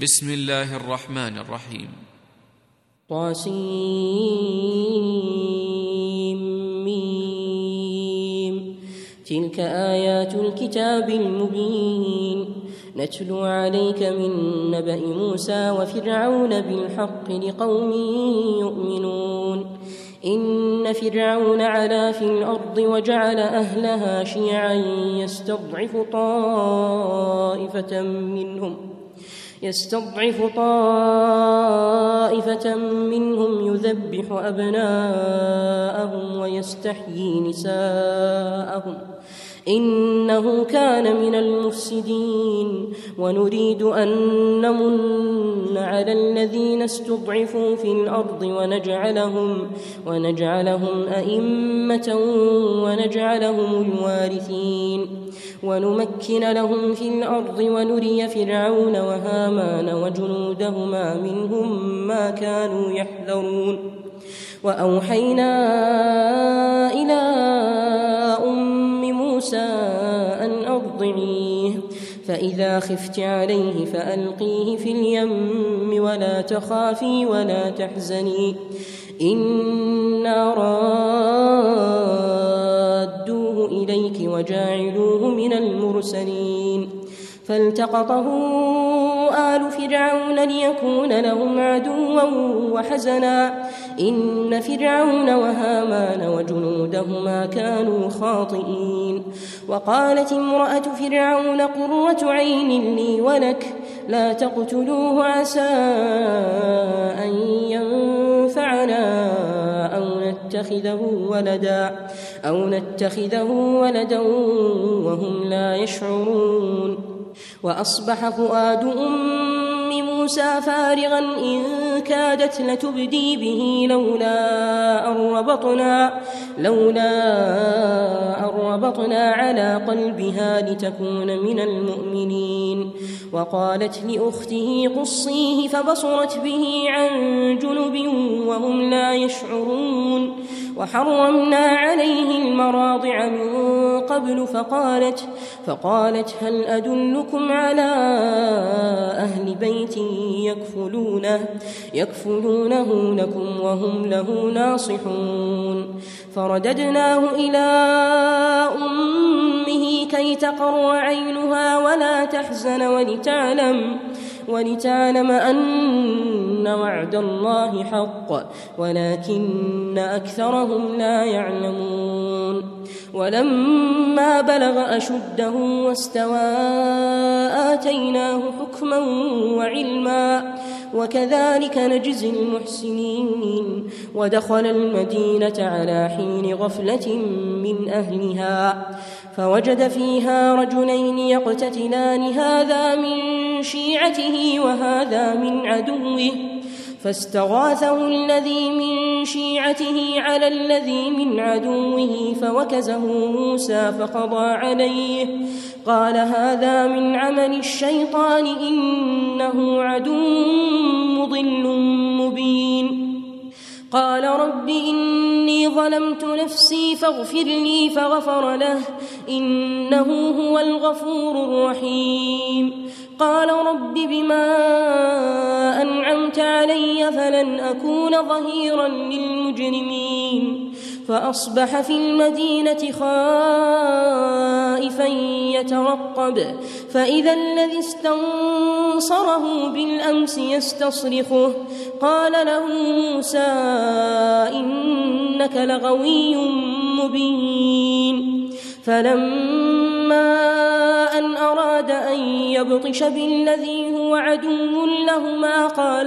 بسم الله الرحمن الرحيم. طاسيم. تلك آيات الكتاب المبين نتلو عليك من نبأ موسى وفرعون بالحق لقوم يؤمنون. إن فرعون علا في الأرض وجعل أهلها شيعا يستضعف طائفة منهم يذبح أبناءهم ويستحيي نساءهم إنه كان من المفسدين. ونريد أن نمن على الذين استضعفوا في الأرض ونجعلهم أئمة ونجعلهم الوارثين ونمكن لهم في الأرض ونري فرعون وهامان وجنودهما منهم ما كانوا يحذرون. وأوحينا إلى أم موسى أن أرضعيه فإذا خفت عليه فألقيه في اليم ولا تخافي ولا تحزني إنا رادوه إليك وجاعلوه من المرسلين. فالتقطه آل فرعون ليكون لهم عدوا وحزنا إن فرعون وهامان وجنودهما كانوا خاطئين. وقالت امرأة فرعون قرة عين لي ولك لا تقتلوه عسى أن ينفعنا أو نتخذه ولدا وهم لا يشعرون. وأصبح فؤاد أم موسى فارغا إن كادت لتبدي به لولا أن ربطنا على قلبها لتكون من المؤمنين. وقالت لأخته قصيه فبصرت به عن جنب وهم لا يشعرون. وحرمنا عليه المراضع من قبل فقالت هل أدلكم على أهل بيت يكفلونه لكم وهم له ناصحون. فرددناه إلى أمه كي تقر عينها ولا تحزن ولتعلم أن وعد الله حق ولكن أكثرهم لا يعلمون. ولما بلغ أشده واستوى آتيناه حكما وعلما وكذلك نجزي المحسنين. ودخل المدينة على حين غفلة من أهلها فوجد فيها رجلين يقتتلان هذا من شيعته وهذا من عدوه فاستغاثه الذي من شيعته على الذي من عدوه فوكزه موسى فقضى عليه قال هذا من عمل الشيطان إنه عدو مضل مبين. قال رب إني ظلمت نفسي فاغفر لي فغفر له إنه هو الغفور الرحيم. قال رب بما أنعمت علي فلن أكون ظهيرا للمجرمين. فأصبح في المدينة خائفا يترقب فإذا الذي استنصره بالأمس يستصرخه قال له موسى إنك لغوي مبين. فلما أن أراد أن يبطش بالذي هو عدو لهما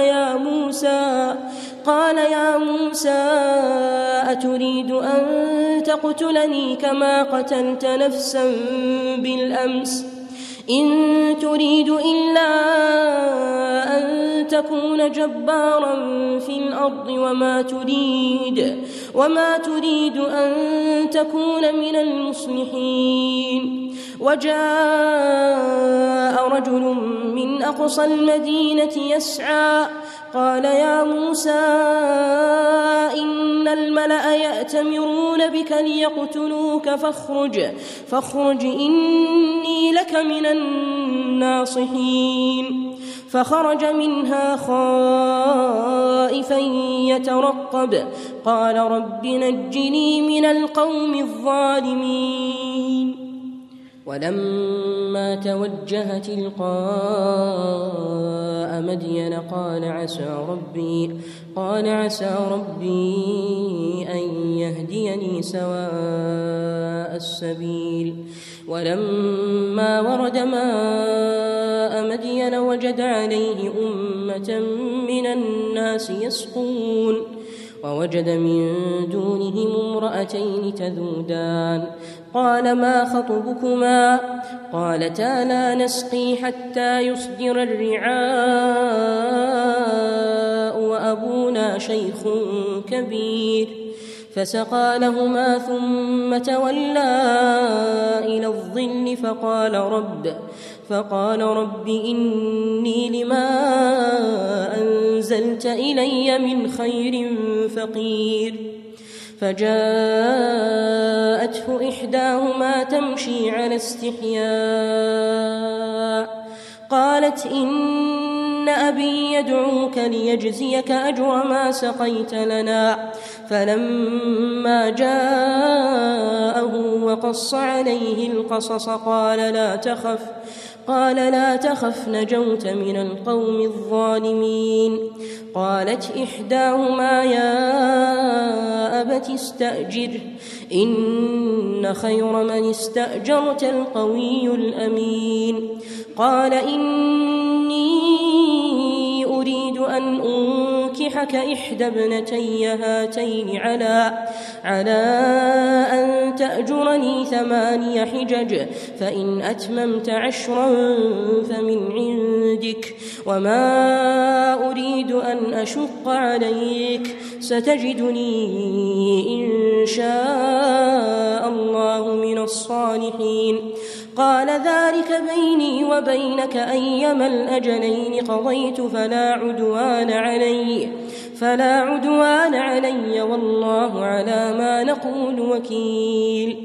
قال يا موسى أتريد أن تقتلني كما قتلت نفسا بالأمس إن تريد إلا أن تكون جبارا في الأرض وما تريد أن تكون من المصلحين. وجاء رجل من أقصى المدينة يسعى قال يا موسى إن الملأ يأتمرون بك ليقتلوك فاخرج إني لك من الناصحين. فخرج منها خائفا يترقب قال رب نجني من القوم الظالمين ولما توجه تلقاء مدين قال عسى ربي أن يهديني سواء السبيل ولما ورد ماء مدين وجد عليه أمة من الناس يسقون ووجد من دونهم امرأتين تذودان قال ما خطبكما قالتا لا نسقي حتى يصدر الرعاء وأبونا شيخ كبير فسقى لهما ثم تولى إلى الظل فقال رب إني لما أنزلت إلي من خير فقير فجاءته إحداهما تمشي على استحياء قالت إن أبي يدعوك ليجزيك أجر ما سقيت لنا فلما جاءه وقص عليه القصص قال لا تخف نجوت من القوم الظالمين قالت إحداهما يا أبت استأجره إن خير من استأجرت القوي الأمين قال إني أريد أن أنكحك إحدى ابنتي هاتين على أن تأجرني 8 حجج فإن أتممت 10 فمن عندك وما أريد أن أشق عليك ستجدني إن شاء الله من الصالحين قال ذلك بيني وبينك أيما الأجلين قضيت فلا عدوان علي والله على ما نقول وكيل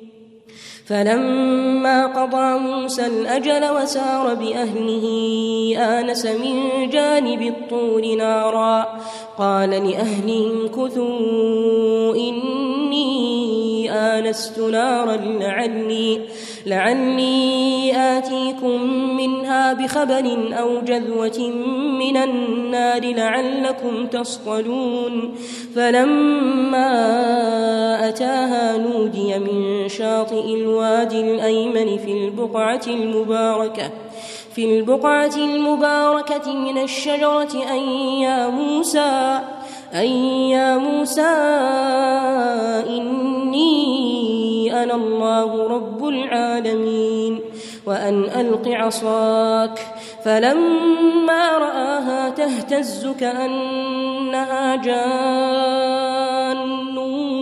فلما قضى موسى الأجل وسار بأهله آنس من جانب الطور نارا قال لأهلهم كثوا إني آنست نارا لعلي آتيكم منها بخبر أو جذوة من النار لعلكم تصطلون فلما أتاها نودي من شاطئ الوادي الأيمن في البقعة المباركة من الشجرة أن يا موسى إني أنا الله رب العالمين وأن ألق عصاك فلما رآها تهتز كأنها جان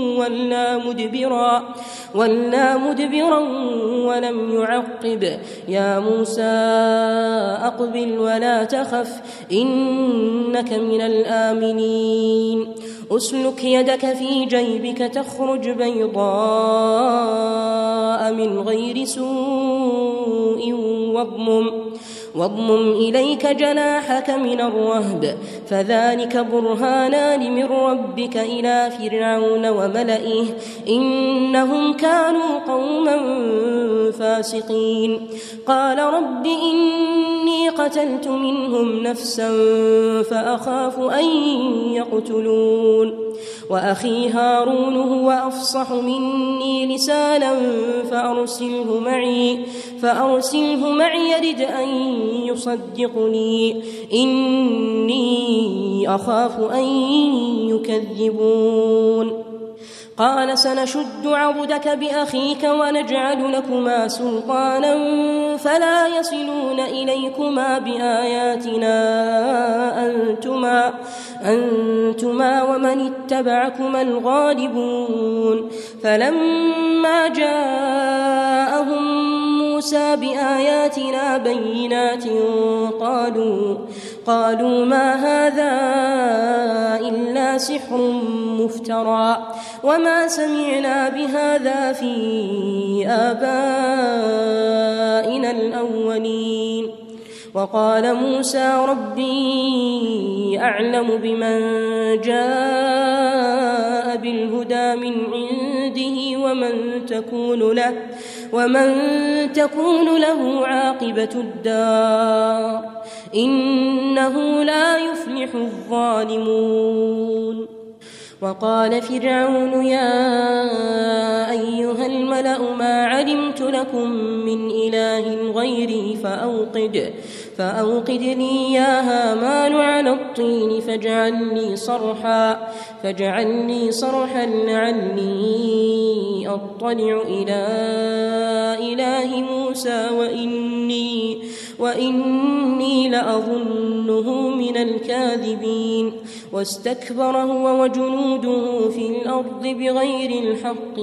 ولا مدبرا ولم يعقب يا موسى أقبل ولا تخف إنك من الآمنين أسلك يدك في جيبك تخرج بيضاء من غير سوء واضمم إليك جناحك من الرهب فذلك برهانان من ربك إلى فرعون وملئه إنهم كانوا قوما فاسقين قال رب إني قتلت منهم نفسا فأخاف أن يقتلون وأخي هارون هو أفصح مني لسانا فأرسله معي يرد أن يصدقني إني أخاف أن يكذبون قال سنشد عضدك بأخيك ونجعل لكما سلطانا فلا يصلون إليكما بآياتنا أنتما ومن اتبعكما الغالبون فلما جاءهم موسى بآياتنا بينات قالوا ما هذا إلا سحر مفترى وما سمعنا بهذا في آبائنا الأولين وقال موسى ربي أعلم بمن جاء بالهدى من عنده ومن تكون له عاقبة الدار إنه لا يفلح الظالمون. وقال فرعون يا أيها الملأ ما علمت لكم من إله غيري فأوقد لي يا هامان على الطين فاجعل لي صرحا لعلي أطلع إلى إله موسى وإني لأظنه من الكاذبين. واستكبر هو وجنوده في الأرض بغير الحق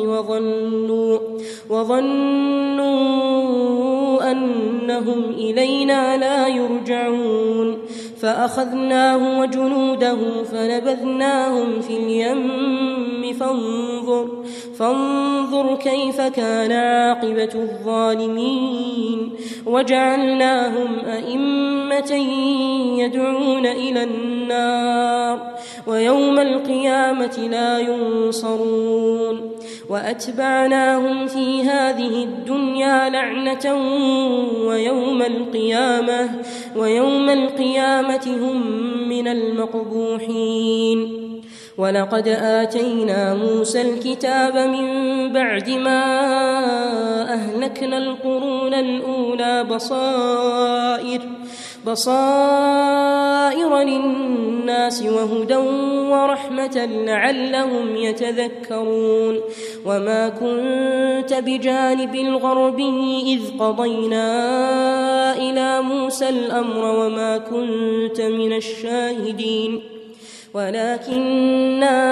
وظنوا أنهم إلينا لا يرجعون. فأخذناه وجنوده فنبذناهم في اليم فانظر كيف كان عاقبة الظالمين. وجعلناهم أئمة يدعون إلى النار ويوم القيامة لا ينصرون. وأتبعناهم في هذه الدنيا لعنة ويوم القيامة هم من المقبوحين. ولقد آتينا موسى الكتاب من بعد ما أهلكنا القرون الأولى بصائر للناس وهدى ورحمة لعلهم يتذكرون. وما كنت بجانب الغربي إذ قضينا إلى موسى الأمر وما كنت من الشاهدين ولكننا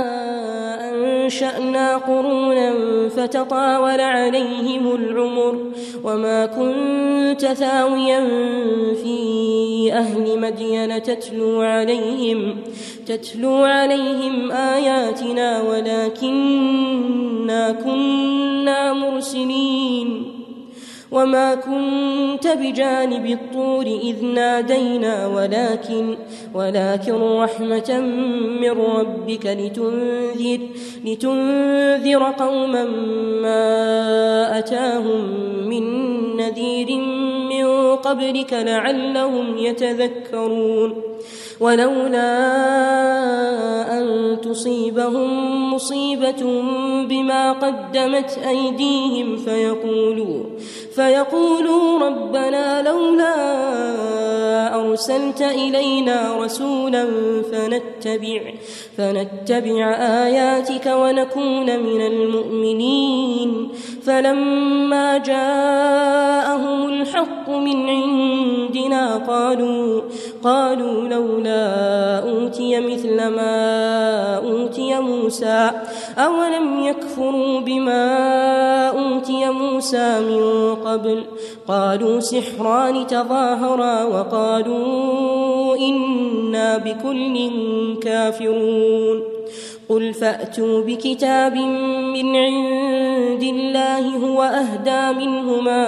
أنشأنا قرونا فتطاول عليهم العمر وما كنت ثاويا في أهل مدين تتلو عليهم آياتنا ولكننا كنا مرسلين. وما كنت بجانب الطور إذ نادينا ولكن رحمة من ربك لتنذر قوما ما أتاهم من نذير من قبلك لعلهم يتذكرون. ولولا أن تصيبهم مصيبة بما قدمت أيديهم فيقولوا ربنا لولا أرسلت إلينا رسولا فنتبع آياتك ونكون من المؤمنين. فلما جاءهم الحق من عندنا قالوا لولا أوتي مثل ما أوتي موسى أولم يكفروا بما أوتي موسى من قبل. قالوا سحران تظاهرا وقالوا إنا بكل كافرون. قل فأتوا بكتاب من عند الله هو أهدى منهما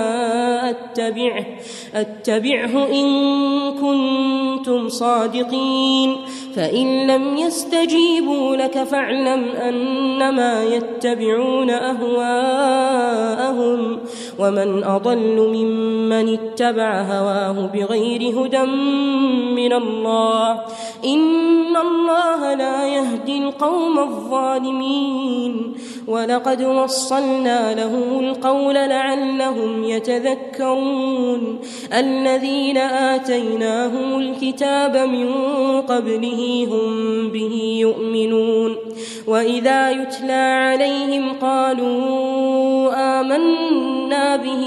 أتبعه إن كنتم صادقين. فإن لم يستجيبوا لك فاعلم أنما يتبعون أهواءهم ومن أضل ممن اتبع هواه بغير هدى من الله إن الله لا يهدي القوم الظالمين. ولقد وصلنا لهم القول لعلهم يتذكرون. الذين آتيناهم الكتاب من قبله هم به يؤمنون. وإذا يتلى عليهم قالوا آمنا به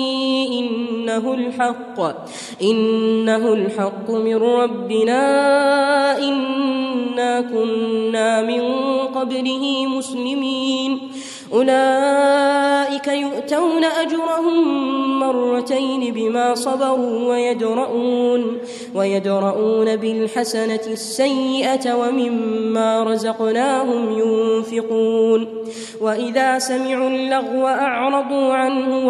إنه الحق من ربنا إنا كنا من قبله مسلمين. أولئك يؤتون أجرهم مرتين بما صبروا ويدرؤون بالحسنة السيئة ومما رزقناهم ينفقون وإذا سمعوا اللغو أعرضوا عنه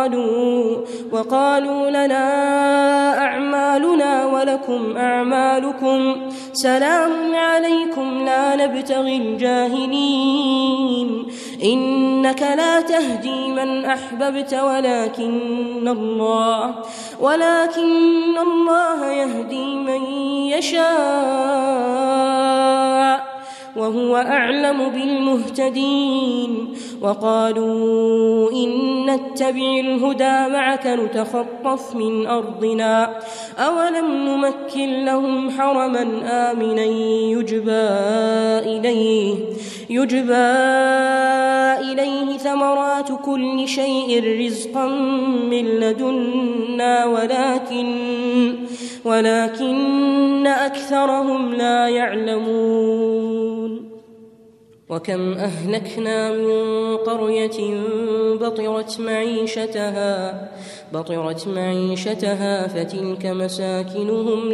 وقالوا لنا أعمالنا ولكم أعمالكم سلام عليكم لا نبتغي الجاهلين إنك لا تهدي من أحببت ولكن الله يهدي من يشاء وهو أعلم بالمهتدين وقالوا إن نتبع الهدى معك نتخطف من أرضنا أولم نمكن لهم حرما آمنا يجبى إليه ثمرات كل شيء رزقا من لدنا ولكن أكثرهم لا يعلمون وكم أهلكنا من قرية بطرت معيشتها فتلك مساكنهم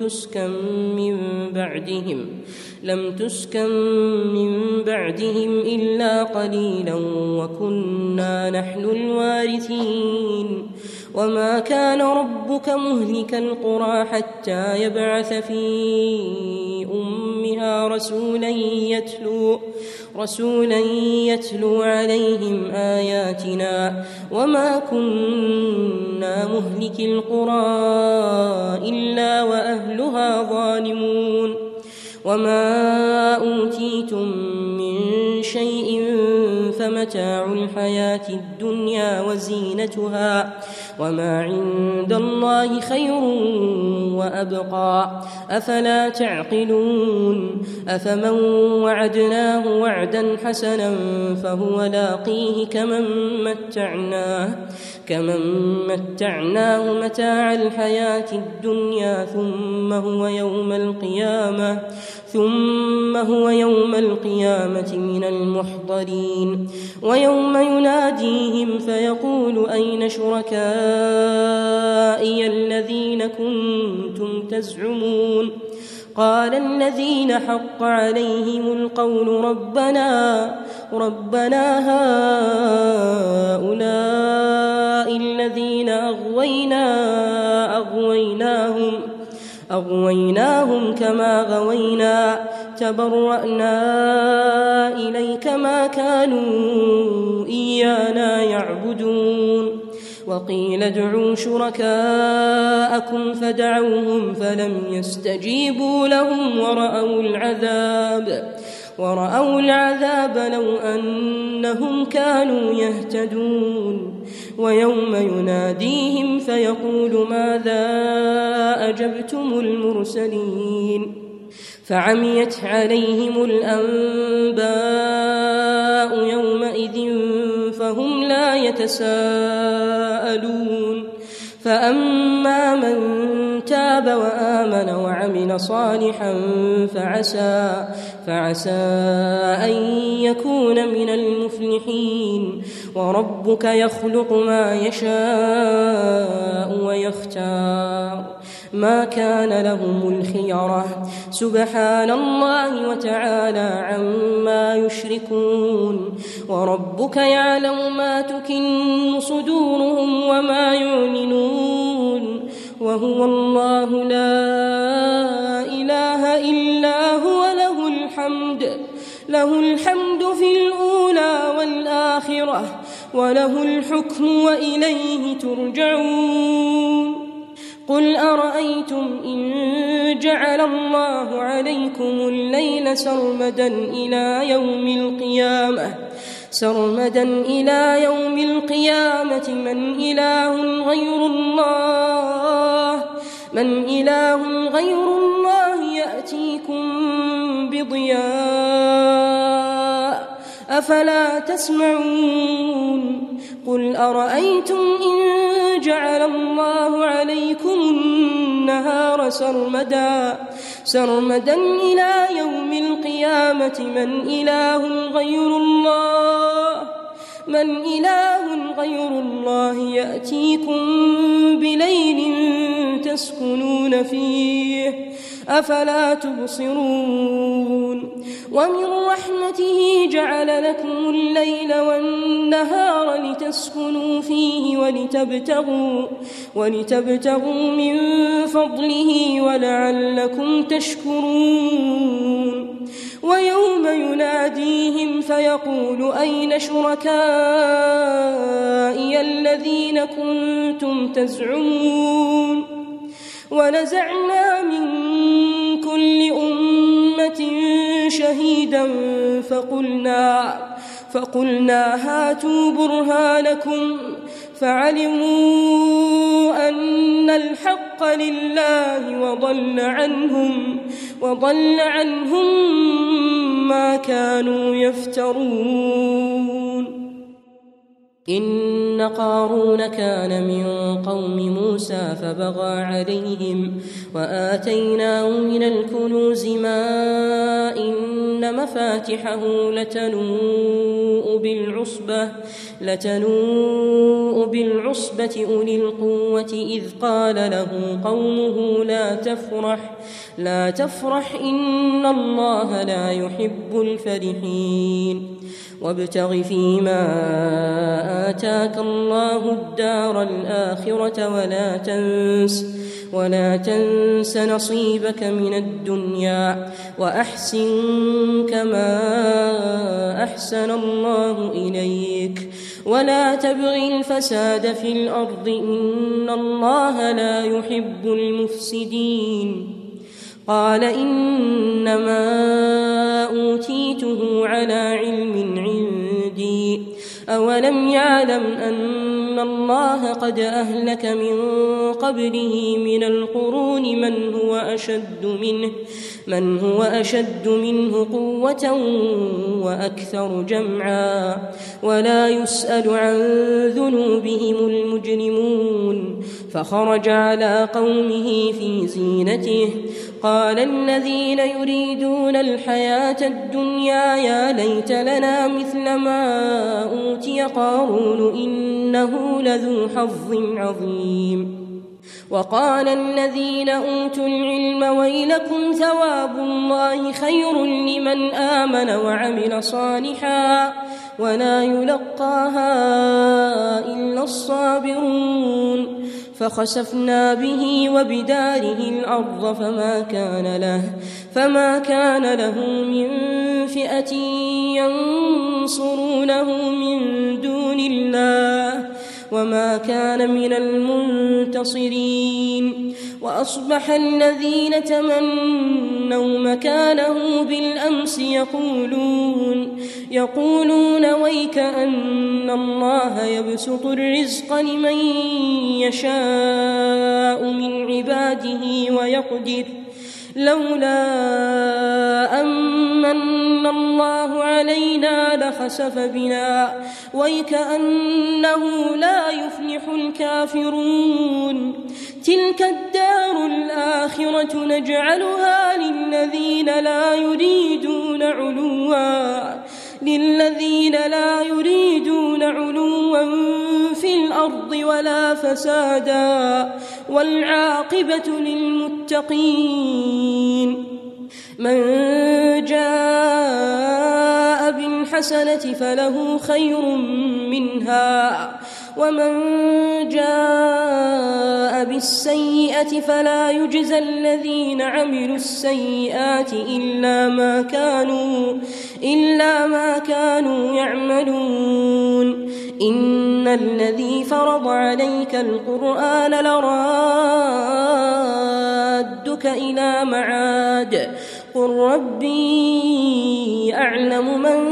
لم تسكن من بعدهم إلا قليلا وكنا نحن الوارثين وما كان ربك مهلك القرى حتى يبعث في أمها رسولا يتلو عليهم آياتنا وما كنا مهلك القرى إلا وأهلها ظالمون وما أوتيتم من شيء فمتاع الحياة الدنيا وزينتها وما عند الله خير وأبقى أفلا تعقلون أفمن وعدناه وعدا حسنا فهو لاقيه كمن متعناه متاع الحياة الدنيا ثم هو يوم القيامة من المحضرين ويوم يناديهم فيقول أين شركائي الذين كنتم تزعمون قال الذين حق عليهم القول ربنا هؤلاء الذين أغويناهم كما غوينا تبرأنا إليك ما كانوا إيانا يعبدون وقيل ادعوا شركاءكم فدعوهم فلم يستجيبوا لهم ورأوا العذاب لو أنهم كانوا يهتدون ويوم يناديهم فيقول ماذا أجبتم المرسلين فعميت عليهم الأنباء يومئذ فهم لا يتساءلون فأما من تاب وآمن وعمل صالحا فعسى أن يكون من المفلحين وربك يخلق ما يشاء ويختار ما كان لهم الخيرة سبحان الله وتعالى عما يشركون وربك يعلم ما تكن صدورهم وما يعلنون وهو الله لا إله إلا هو له الحمد في الأولى والآخرة وله الحكم وإليه ترجعون قل أرأيتم إن جعل الله عليكم الليل سرمدا إلى يوم القيامة من إله غير الله يأتيكم بضياء أفلا تسمعون قل أرأيتم إن جعل الله عليكم النهار سرمدا إلى يوم القيامة من إله غير الله من إله غير الله يأتيكم بليل تسكنون فيه أفلا تبصرون ومن رحمته جعل لكم الليل والنهار لتسكنوا فيه ولتبتغوا من فضله ولعلكم تشكرون ويوم يناديهم فيقول أين شركائي الذين كنتم تزعمون ونزعنا من كل أمة شهيدا فقلنا هاتوا برهانكم فعلموا أن الحق لله وضل عنهم ما كانوا يفترون إن قارون كان من قوم موسى فبغى عليهم وآتيناه من الكنوز ما إن مفاتحه لتنوء بالعصبة أولي القوة إذ قال له قومه لا تفرح إن الله لا يحب الفرحين وابتغ فيما آتاك الله الدار الآخرة ولا تنس نصيبك من الدنيا وأحسن كما أحسن الله إليك ولا تبغ الفساد في الأرض إن الله لا يحب المفسدين قال إنما أوتيته على علم عندي أولم يعلم أن الله قد أهلك من قبله من القرون من هو أشد منه قوة وأكثر جمعا ولا يسأل عن ذنوبهم المجرمون فخرج على قومه في زينته قال الذين يريدون الحياة الدنيا يا ليت لنا مثل ما أوتي قارون إنه لذو حظ عظيم وقال الذين أوتوا العلم ويلكم ثواب الله خير لمن آمن وعمل صالحا ولا يلقاها إلا الصابرون فخسفنا به وبداره الأرض فما كان له من فئة ينصرونه من دون الله وما كان من المنتصرين وأصبح الذين تمنوا مكانه بالأمس يقولون ويك أن الله يبسط الرزق لمن يشاء من عباده ويقدر لولا أمن الله علينا لخسف بنا ويكأنه لا يفلح الكافرون تلك الدار الآخرة نجعلها للذين لا يريدون علوا في الأرض ولا فسادا والعاقبة للمتقين من جاء بالحسنة فله خير منها ومن جاء بالسيئة فلا يجزى الذين عملوا السيئات إلا ما كانوا يعملون إن الذي فرض عليك القرآن لرادك إلى معاد قل ربي أعلم من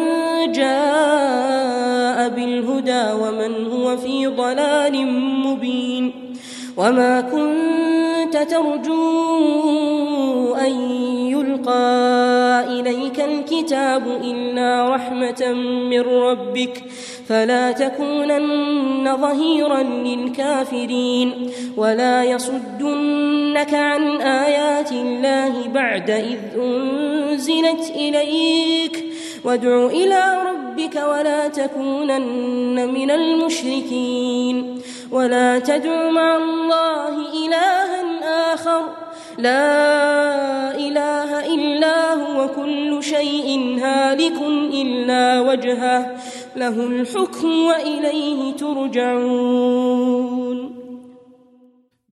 جاء بالهدى ومن هو في ضلال مبين وما كنت ترجو أن يلقى إليك الكتاب إلا رحمة من ربك فلا تكونن ظهيرا للكافرين ولا يصدنك عن آيات الله بعد إذ أنزلت إليك وادع إلى ربك ولا تكونن من المشركين ولا تدع مع الله إلها آخر لا إله إلا هو كل شيء هالك إلا وجهه له الحكم وإليه ترجعون